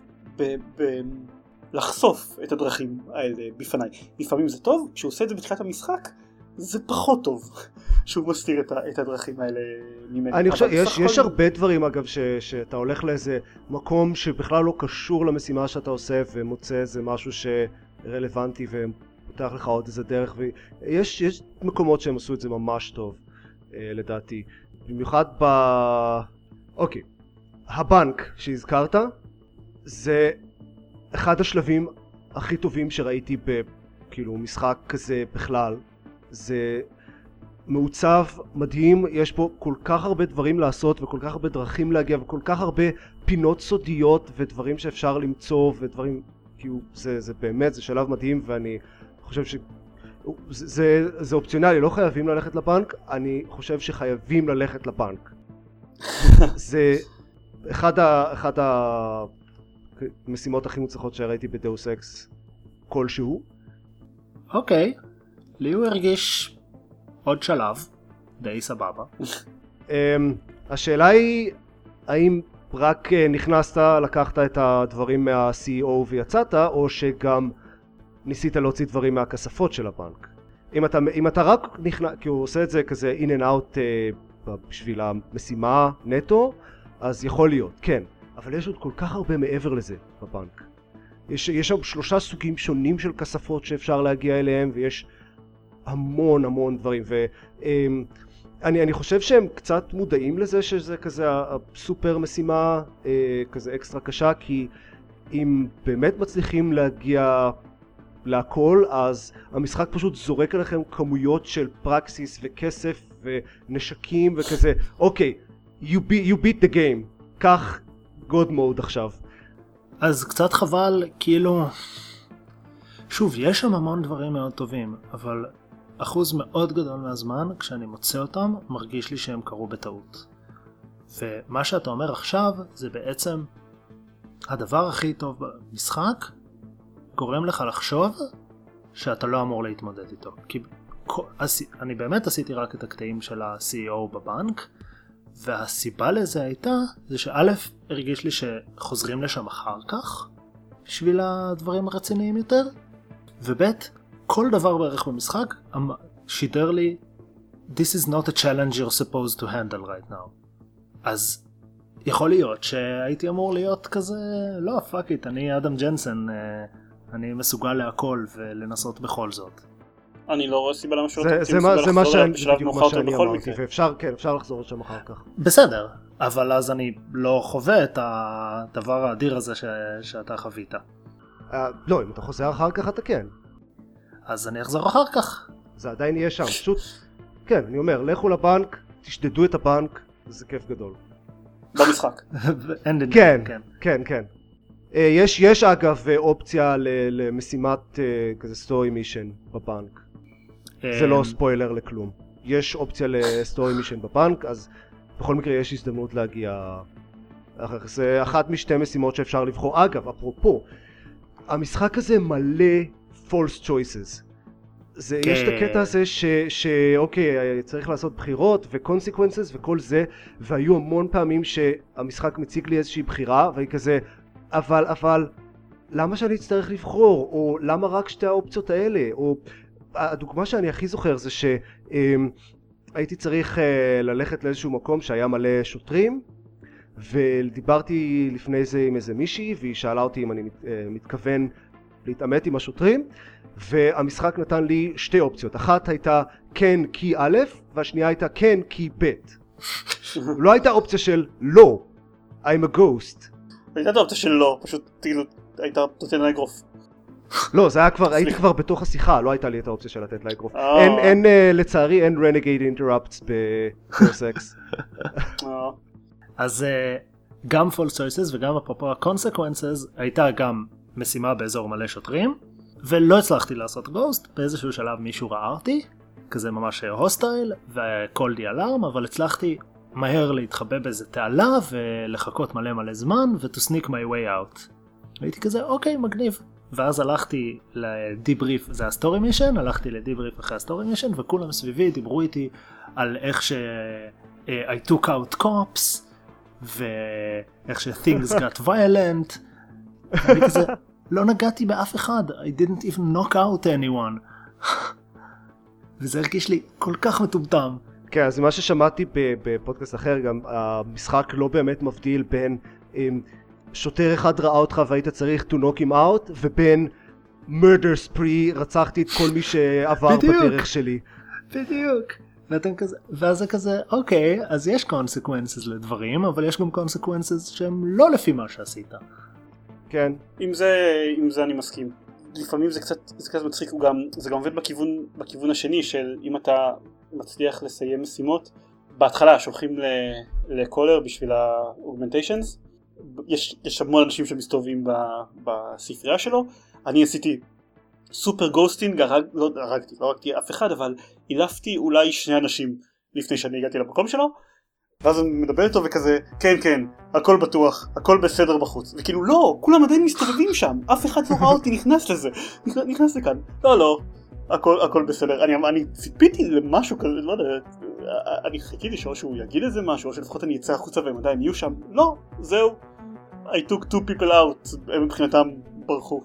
לחשוף את הדרכים האלה בפניי. לפעמים זה טוב, כשהוא עושה את זה בתחילת המשחק זה פחות טוב שהוא מסתיר את הדרכים האלה ממנו. אני חושב, יש הרבה דברים אגב שאתה הולך לאיזה מקום שבכלל לא קשור למשימה שאתה עושה ומוצא איזה משהו שרלוונטי ופותח לך עוד איזה דרך, ויש מקומות שהם עשו את זה ממש טוב לדעתי. במיוחד אוקיי, הבנק שהזכרת זה אחד השלבים הכי טובים שראיתי כאילו משחק כזה בכלל. זה מעוצב מדהים, יש פה כל כך הרבה דברים לעשות וכל כך הרבה דרכים להגיע וכל כך הרבה פינות סודיות ודברים שאפשר למצוא ודברים, כאילו זה באמת, זה שלב מדהים, ואני חושב זה אופציונלי, לא חייבים ללכת לבנק, אני חושב שחייבים ללכת לבנק. זה אחד המשימות הכי מוצלחות שראיתי בדאוס אקס כלשהו. אוקיי, לי הוא הרגיש עוד שלב, די סבבה. השאלה היא, האם רק נכנסת, לקחת את הדברים מה-CEO ויצאת, או שגם ניסית להוציא דברים מהכספות של הבנק? אם אתה רק נכנס, כי הוא עושה את זה כזה in and out בשביל המשימה נטו, אז יכול להיות, כן. אבל יש עוד כל כך הרבה מעבר לזה בבנק. יש שם 3 סוגים שונים של כספות שאפשר להגיע אליהם, ויש המון דברים. אני חושב שהם קצת מודעים לזה שזה כזה הסופר משימה כזה אקסטרה קשה, כי אם באמת מצליחים להגיע להכל, אז המשחק פשוט זורק עליכם כמויות של פרקסיס וכסף ונשקים וכזה, אוקיי, you beat the game, קח God mode עכשיו. אז קצת חבל, כאילו, שוב, יש שם המון דברים מאוד טובים, אבל אחוז מאוד גדול מהזמן, כשאני מוצא אותם, מרגיש לי שהם קרו בטעות. ומה שאתה אומר עכשיו, זה בעצם הדבר הכי טוב במשחק, גורם לך לחשוב שאתה לא אמור להתמודד איתו. כי אני באמת עשיתי רק את הקטעים של ה-CEO בבנק, והסיבה לזה הייתה, זה שא' הרגיש לי שחוזרים לשם אחר כך, בשביל הדברים הרציניים יותר, וב' כל דבר בערך במשחק שידר לי, this is not a challenge you're supposed to handle right now. אז יכול להיות שהייתי אמור להיות כזה, לא, fuck it, אני אדם ג'נסן, אני מסוגל להכל ולנסות בכל זאת. אני לא רואה סיבה למה זה מה שאני אמרתי, ואפשר לחזור לשם אחר כך. בסדר, אבל אז אני לא חווה את הדבר האדיר הזה שאתה חווית. לא, אם אתה חוזר אחר כך אתה כן. אז אני אחזור אחר כך. זה עדיין יהיה שם, פשוט, כן, אני אומר, לכו לבנק, תשדדו את הבנק, זה כיף גדול. במשחק. כן. יש אגב אופציה למשימת כזה סטורי מישן בבנק. זה לא ספוילר לכלום. יש אופציה לסטורי מישן בבנק, אז בכל מקרה יש הזדמנות להגיע. זה אחת משתי משימות שאפשר לבחור. אגב, אפרופו, המשחק הזה מלא false choices. יש את הקטע הזה שאוקיי, צריך לעשות בחירות ו-consequences וכל זה, והיו המון פעמים שהמשחק מציג לי איזושהי בחירה, והיא כזה, אבל למה שאני אצטרך לבחור, או למה רק שתי האופציות האלה, או הדוגמה שאני הכי זוכר זה שהייתי צריך ללכת לאיזשהו מקום שהיה מלא שוטרים, ודיברתי לפני זה עם איזה מישהי, והיא שאלה אותי אם אני מתכוון להתעמת עם השוטרים, והמשחק נתן לי שתי אופציות. אחת הייתה כן כי א', והשנייה הייתה כן כי ב'. לא הייתה אופציה של לא, I'm a ghost. הייתה אופציה של לא, פשוט כאילו הייתה נותן לה אגרוף. לא, זה היה כבר, הייתי כבר בתוך השיחה, לא הייתה לי את האופציה של לתת לה אגרוף. אין, לצערי, אין renegade interrupts ב-Force X. אז גם false choices וגם אפרופו ה-consequences, הייתה גם משימה באזור מלא שוטרים, ולא הצלחתי לעשות גוסט, באיזשהו שלב מישהו ראה אותי, כזה ממש הוסטייל, וקול די אלארם, אבל הצלחתי מהר להתחבא באיזה תעלה, ולחכות מלא זמן, ו-to sneak my way out. הייתי כזה, אוקיי, מגניב. ואז הלכתי לדיבריף, זה הסטורי מישן, הלכתי לדיבריף אחרי הסטורי מישן, וכולם סביבי דיברו איתי על איך I took out cops, ואיך things got violent, ואני כזה, לא נגעתי באף אחד, I didn't even knock out anyone. וזה הרגיש לי כל כך מטומטם. כן, אז מה ששמעתי בפודקאסט אחר, גם המשחק לא באמת מבדיל בין שוטר אחד ראה אותך והיית צריך to knock him out, ובין murder spree, רצחתי את כל מי שעבר בדרך שלי. בדיוק. ואתם כזה, ואז זה כזה, אוקיי, אז יש consequences לדברים, אבל יש גם consequences שהם לא לפי מה שעשית. כן. עם זה אני מסכים. לפעמים זה קצת מצחיק, זה גם עובד בכיוון השני של אם אתה מצליח לסיים משימות, בהתחלה שולחים לקולר בשביל האוגמנטיישנס, יש המון אנשים שמסתובבים בספרייה שלו, אני עשיתי סופר גוסטינג, לא הרגתי אף אחד, אבל אילפתי אולי 2 אנשים לפני שאני הגעתי למקום שלו, ואז אני מדבר איתו וכזה, כן, הכל בטוח, הכל בסדר בחוץ. וכאילו לא, כולם עדיין מסתובבים שם, אף אחד לא ראה אותי נכנס לכאן. לא, הכל בסדר. אני ציפיתי למשהו כזה, לא יודע, אני חיכיתי שהוא יגיד איזה משהו, או שלפחות אני אצא החוצה והם עדיין יהיו שם. לא, זהו, I took 2 people out, הם מבחינתם ברחו.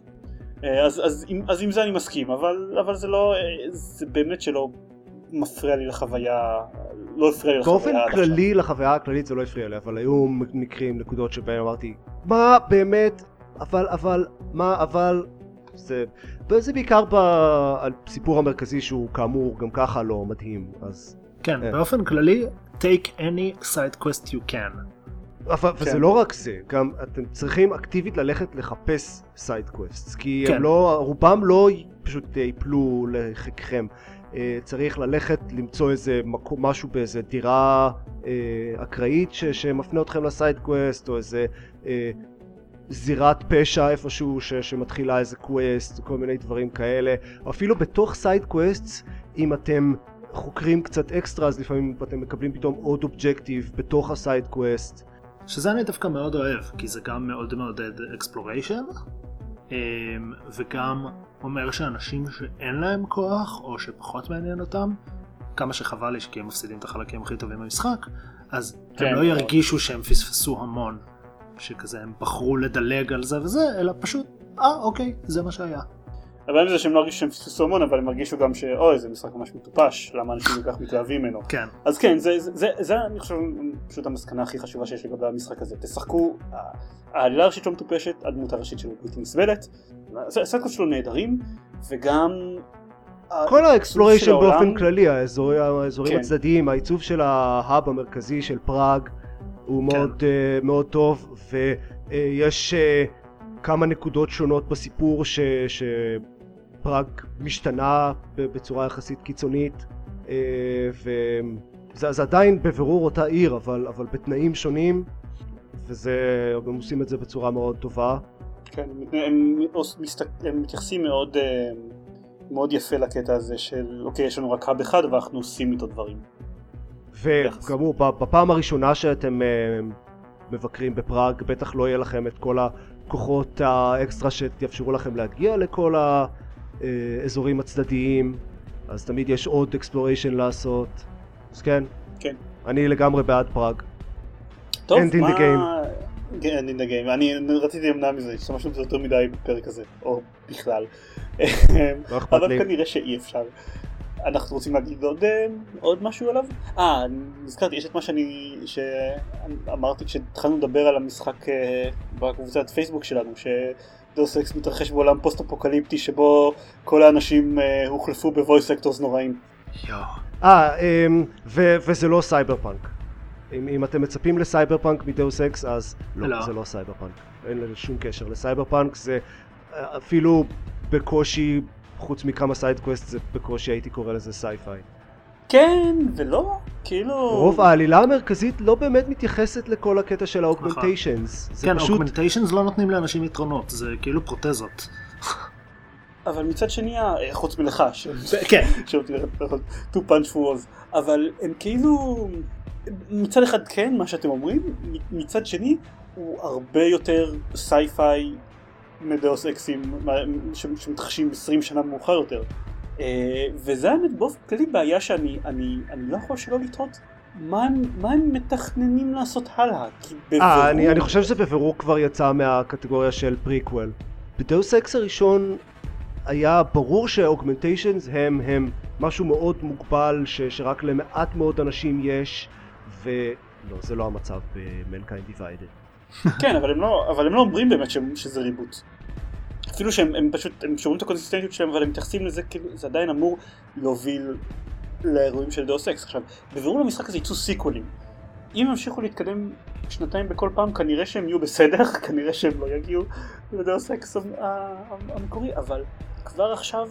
אז עם זה אני מסכים, אבל זה באמת שלא מפריע לי לחוויה, לא הפריע לי לחוויה. באופן כללי, לחוויה הכללית זה לא הפריע לי, אבל היו מקרים, נקודות שבהם אמרתי, מה באמת, אבל, זה בעיקר בסיפור המרכזי שהוא כאמור גם ככה לא מדהים, אז כן, באופן כללי, take any side quest you can. וזה לא רק זה, גם אתם צריכים אקטיבית ללכת לחפש סייד קווסט, כי כן. הם לא, רובם לא פשוט ייפלו לחיקכם. צריך ללכת למצוא איזה משהו באיזה דירה אקראית שמפנה אתכם לסייד קווסט, או איזה זירת פשע איפשהו שמתחילה איזה קווסט, כל מיני דברים כאלה. אפילו בתוך סייד קווסט, אם אתם חוקרים קצת אקסטרה, אז לפעמים אתם מקבלים פתאום עוד אובג'קטיב בתוך הסייד קווסט. שזה אני דווקא מאוד אוהב, כי זה גם מאוד מעודד אקספלוריישן, וגם אומר שאנשים שאין להם כוח, או שפחות מעניין אותם, כמה שחבל לי כי הם מפסידים את החלקים הכי טובים במשחק, אז כן, הם לא ירגישו שהם פספסו המון, שכזה הם בחרו לדלג על זה וזה, אלא פשוט, אוקיי, זה מה שהיה. הבעיה זה שהם לא הרגישו שהם פספסו המון, אבל הם הרגישו גם שאוי, זה משחק ממש מטופש, למה אנשים כל כך מתלהבים ממנו. כן. אז כן, זה אני חושב פשוט המסקנה הכי חשובה שיש לגבי המשחק הזה. תשחקו, העלילה הראשית שלו מטופשת, הדמות הראשית שלו בלתי נסבלת, הסרקות שלו נהדרים, וגם כל האקספלוריישן באופן כללי, כן. האזורים הצדדיים, העיצוב של ההאב המרכזי של פראג הוא מאוד טוב, ויש כמה נקודות שונות בסיפור שפראג משתנה בצורה יחסית קיצונית, וזה עדיין בבירור אותה עיר, אבל בתנאים שונים, והם עושים את זה בצורה מאוד טובה. כן, הם מתייחסים מאוד יפה לקטע הזה של אוקיי, יש לנו רק האב אחד ואנחנו עושים איתו דברים. וכאמור, בפעם הראשונה שאתם מבקרים בפראג, בטח לא יהיה לכם את כל הכוחות האקסטרה שתאפשרו לכם להגיע לכל האזורים הצדדיים, אז תמיד יש עוד אקספלוריישן לעשות. אז כן, אני לגמרי בעד פראג. טוב, End in the game. End in the game. אני רציתי למנע מזה, שמשהו בזה יותר מדי בפרק הזה, או בכלל. אבל כנראה שאי אפשר. אנחנו רוצים להגיד עוד משהו עליו? נזכרתי, יש את מה שאמרתי כשהתחלנו לדבר על המשחק בקבוצת פייסבוק שלנו, שדאוס אקס מתרחש בעולם פוסט-אפוקליפטי שבו כל האנשים הוחלפו בוויס אקטורס נוראים. וזה לא סייבר פאנק. אם אתם מצפים לסייבר פאנק מדאוס אקס, אז לא, זה לא סייבר פאנק. אין לזה שום קשר לסייבר פאנק, זה אפילו בקושי, חוץ מכמה סייד קווסט, זה בקושי הייתי קורא לזה סייפיי. כן ולא, כאילו... רוב העלילה המרכזית לא באמת מתייחסת לכל הקטע של האוגמנטיישנס. כן, האוגמנטיישנס לא נותנים לאנשים יתרונות, זה כאילו פרוטזות. אבל מצד שני, חוץ מלך, כן, to punch for walls, אבל הם כאילו, מצד אחד כן, מה שאתם אומרים, מצד שני, הוא הרבה יותר סייפיי מדאוס אקסים שמתרחשים 20 שנה מאוחר יותר. וזה האמת באופן כללי בעיה שאני לא יכול שלא לתהות מה הם מתכננים לעשות הלאה. אני חושב שזה בבירור כבר יצא מהקטגוריה של פריקוול. בדאוס אקס הראשון היה ברור שהאוגמנטיישנס הם משהו מאוד מוגבל שרק למעט מאוד אנשים יש, ולא, זה לא המצב ב-Mankind Divided. כן, אבל הם לא אומרים באמת שזה ריבוט. אפילו שהם פשוט, הם שומעים את הקונסיסטנטיות שלהם, אבל הם מתייחסים לזה כאילו זה עדיין אמור להוביל לאירועים של דאוס אקס. עכשיו, בבירור למשחק הזה יצאו סיקוולים. אם המשיכו להתקדם שנתיים בכל פעם, כנראה שהם יהיו בסדר, כנראה שהם לא יגיעו לדאוס אקס המקורי, אבל כבר עכשיו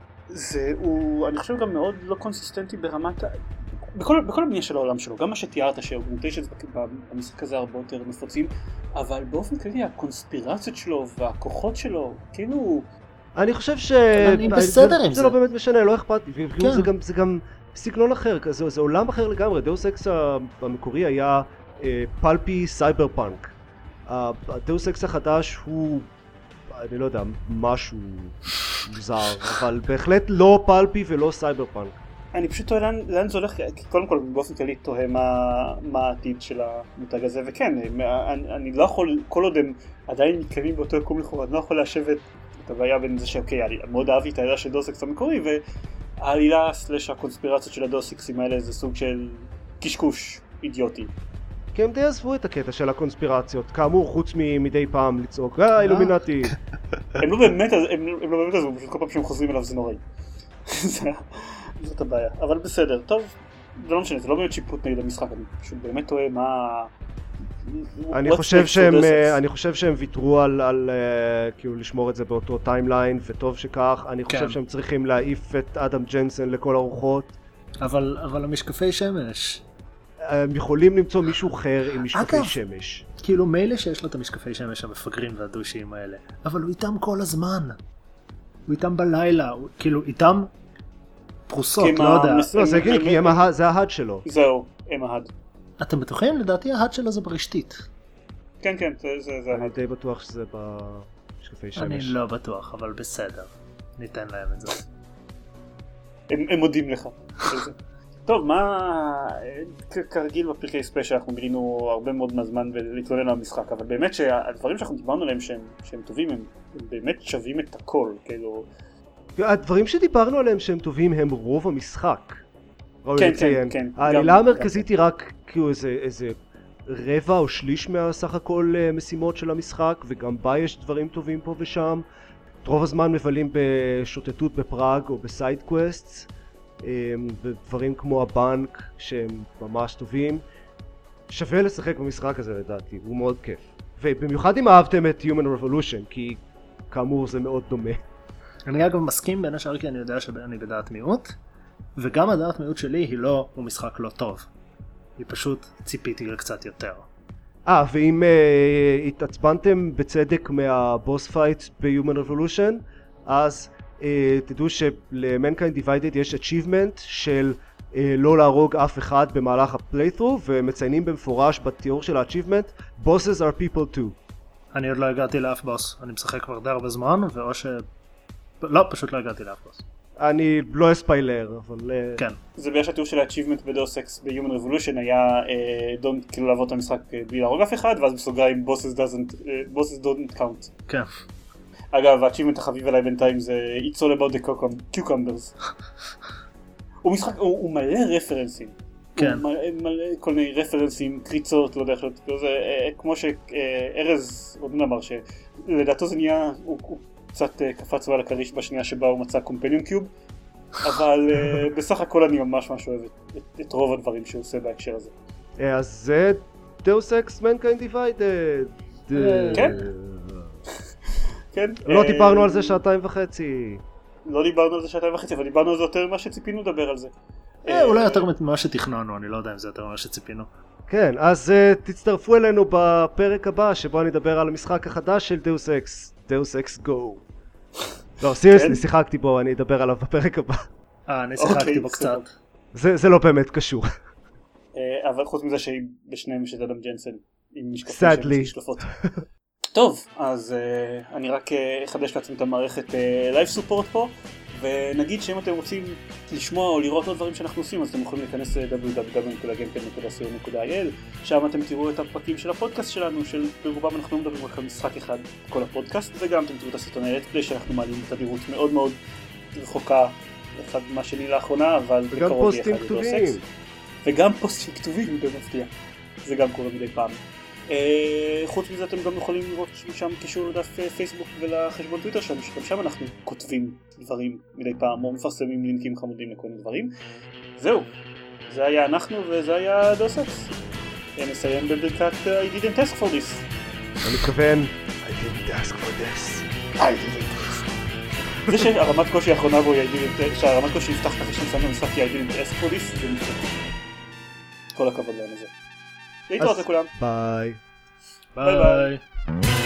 הוא, אני חושב גם מאוד לא קונסיסטנטי ברמת, בכל הבנייה של העולם שלו, גם מה שתיארת שהאוגמנטיישנס במשחק הזה הרבה יותר נפוצים, אבל באופן כללי הקונספירציות שלו והכוחות שלו, כאילו... אני חושב אני בסדר עם זה. זה לא באמת משנה, לא אכפת לי, זה גם סגנון אחר, זה עולם אחר לגמרי. דאוס אקס המקורי היה פלפי סייבר פאנק. הדאוס אקס החדש הוא, אני לא יודע, משהו מוזר, אבל בהחלט לא פלפי ולא סייבר פאנק. אני פשוט תוהה לאן זה הולך, קודם כל באופן כללי תוהה מה העתיד של המותג הזה, וכן, אני לא יכול, כל עוד הם עדיין מתקיימים באותו יקום לכאורה, אני לא יכול להשבת את הבעיה בין זה שאוקיי, אני מאוד אהבתי את העלילה של דאוס אקס המקורי, והעלילה סלש הקונספירציות של הדאוס אקסים האלה זה סוג של קשקוש אידיוטי. כי הם די עזבו את הקטע של הקונספירציות, כאמור חוץ מדי פעם לצעוק, אילומינטי. הם לא באמת עזבו, פשוט כל פעם שהם חוזרים אליו זה נוראי. זאת הבעיה, אבל בסדר, טוב, זה לא משנה, זה לא באמת שיפוט נגד המשחק, אני פשוט באמת טועה מה... אני חושב שהם ויתרו על כאילו לשמור את זה באותו טיימליין, וטוב שכך. אני חושב שהם צריכים להעיף את אדם ג'נסן לכל הרוחות. אבל המשקפי שמש... הם יכולים למצוא מישהו אחר עם משקפי שמש. כאילו מילא שיש לו את המשקפי שמש המפגרים והדושיים האלה, אבל הוא איתם כל הזמן. הוא איתם בלילה, כאילו איתם פרוסות, לא יודע. לא, זה הגיוני, כי זה ההד שלו. זהו, הם ההד. אתם בטוחים? לדעתי ההד שלו זה ברשתית. כן, זה אני די בטוח שזה במשקפי שמש. אני לא בטוח, אבל בסדר. ניתן להם את זה. הם מודים לך. טוב, מה... כרגיל בפרקי ספיישל אנחנו גילינו הרבה מאוד מהזמן ולהתלונן על המשחק, אבל באמת שהדברים שאנחנו דיברנו עליהם שהם טובים, הם באמת שווים את הכל, כאילו... הדברים שדיברנו עליהם שהם טובים הם רוב המשחק. כן. העלילה המרכזית היא רק כאילו איזה רבע או שליש מהסך הכל משימות של המשחק, וגם בה יש דברים טובים פה ושם. רוב הזמן מבלים בשוטטות בפראג או בסייד קווסטס, ודברים כמו הבנק שהם ממש טובים. שווה לשחק במשחק הזה לדעתי, הוא מאוד כיף. ובמיוחד אם אהבתם את Human Revolution, כי כאמור זה מאוד דומה. אני אגב מסכים בין השאר כי אני יודע שאני בדעת מיעוט, וגם הדעת מיעוט שלי הוא משחק לא טוב. היא פשוט ציפיתי לקצת יותר. ואם התעצבנתם בצדק מהבוס פייט ב-Human Revolution, אז תדעו של-Mankind Divided יש achievement של לא להרוג אף אחד במהלך הפליית'רו, ומציינים במפורש בתיאור של ה-achievement bosses are people too. אני עוד לא הגעתי לאף בוס, אני משחק כבר די הרבה זמן, ואו ש... לא, פשוט לא הגעתי לאף בוס. אני לא אספיילר, אבל... כן. זה בגלל שהתיאור של ה-achievement בדאוס אקס ב-Human Revolution היה כאילו לעבור את המשחק בלי להרוג אף אחד, ואז בסוגריים bosses don't count. כן. אגב, ה-achievement החביב עליי בינתיים זה It's all about the cucumbers. הוא משחק, הוא מלא רפרנסים. כן. מלא כל מיני רפרנסים, קריצות, לא יודע איך להיות, כמו שארז עוד אמר שלדעתו זה נהיה, הוא קצת קפץ על הכריש בשנייה שבה הוא מצא קומפניון קיוב, אבל בסך הכל אני ממש אוהב את רוב הדברים שהוא עושה בהקשר הזה. אז זה Deus Ex Mankind Divided. כן? כן. לא דיברנו על זה 2.5 שעות. לא דיברנו על זה 2.5 שעות, אבל דיברנו על זה יותר ממה שציפינו לדבר על זה. אולי יותר ממה שתכננו, אני לא יודע אם זה יותר ממה שציפינו. כן, אז תצטרפו אלינו בפרק הבא שבו אני אדבר על המשחק החדש של Deus Ex, Deus Ex Go. לא, סיריוסלי, שיחקתי בו, אני אדבר עליו בפרק הבא. אני שיחקתי בו קצת. זה לא באמת קשור. אבל חוץ מזה שבשניהם יש את אדם ג'נסן עם משקפים של שלפות. טוב, אז אני רק אחדש לעצמי את המערכת Live Support פה, ונגיד שאם אתם רוצים לשמוע או לראות עוד דברים שאנחנו עושים, אז אתם יכולים להיכנס www.gamepad.co.il, שם אתם תראו את הפרקים של הפודקאסט שלנו, ברובם אנחנו מדברים רק על משחק אחד כל הפודקאסט, וגם אתם תראו את הסרטוני לטפליי שאנחנו מעלים בתדירות מאוד מאוד רחוקה אחד מהשני לאחרונה, אבל בקרוב יהיה אחד לדאוס אקס. וגם פוסטים כתובים במפתיע, זה גם קורה מדי פעם. חוץ מזה אתם גם יכולים לראות שם קישור לדף פייסבוק ולחשבון טוויטר שלנו, שגם שם אנחנו כותבים דברים מדי פעם או מפרסמים לינקים חמודים לכל מיני דברים. זהו, זה היה אנחנו וזה היה דאוס אקס. נסיים בברכת I didn't ask for this. אני מתכוון I didn't ask for this. זה שהרמת קושי האחרונה בו שהרמת קושי יפתח ככה שנסיים במשחק I didn't ask for this, זה נפתח. כל הכבוד להם לזה. להתראות לכולם. ביי. ביי.